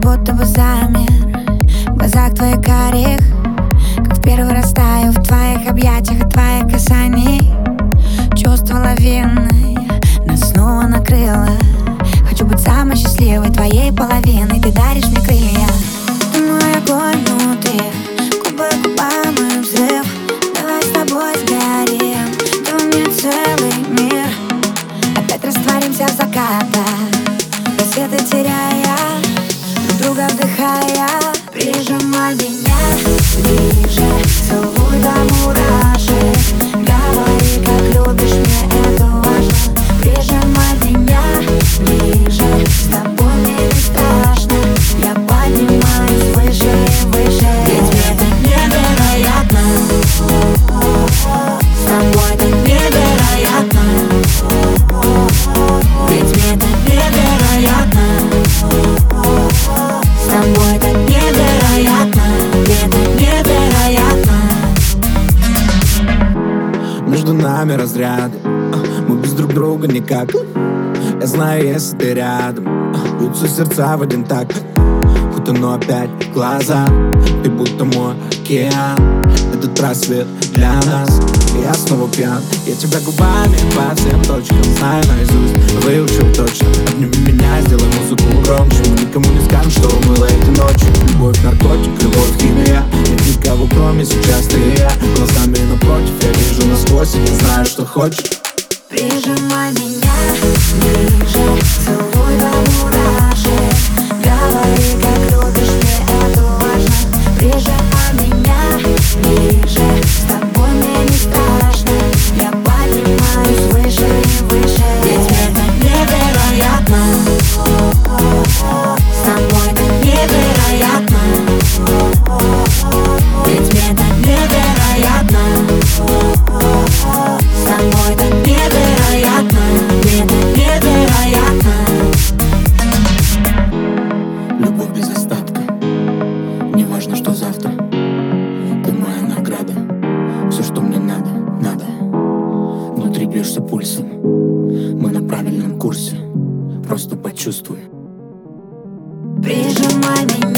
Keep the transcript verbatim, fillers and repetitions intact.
будто бы замер в глазах твоих карих, как в первый раз таю в твоих объятиях от твоих касаний. Чувство лавиной нас снова накрыло. Хочу быть самой счастливой твоей половиной. Ты даришь мне крылья. Ты мой огонь внутри, губы губам и взрыв. Давай с тобой сгорим, ты у меня целый мир. Опять растворимся в закатах, рассветы теряя, друг друга вдыхая. Прижимай меня ближе, целуй до мурашек. Говори, как любишь, мне это важно. Прижимай меня ближе, с тобой мне не страшно. Я поднимаюсь выше и выше, ведь это невероятно. С тобой это невероятно. Ведь это невероятно. С тобой это невероятно. Это невероятно. Между нами разряды, мы без друг друга никак. Я знаю, если ты рядом, бьются сердца в один такт. Хоть оно опять в глаза, ты будто мой океан. Этот рассвет для нас, и я снова пьян. Я тебя губами по всем точкам знаю наизусть, выучил точно. Обними меня, сделай музыку громче. Мы никому не скажем, что было этой ночью. Любовь, наркотик, любовь, химия. Нет никого, кроме сейчас ты и я. Глазами напротив, я вижу насквозь, и я знаю, что хочешь. Прижимай меня ближе, целуй до мурашек. Говори, как любишь, мне это важно. Прижимай меня ближе, с тобой мне не страшно. Я поднимаюсь выше и выше, ведь это невероятно. С тобой это невероятно. Ведь это невероятно. С тобой это невероятно. Это невероятно. Любовь без остатка, не важно, что завтра. Ты моя награда, все, что мне надо, надо. Внутри бьешься пульсом, мы на правильном курсе. Просто почувствуй. Прижимай меня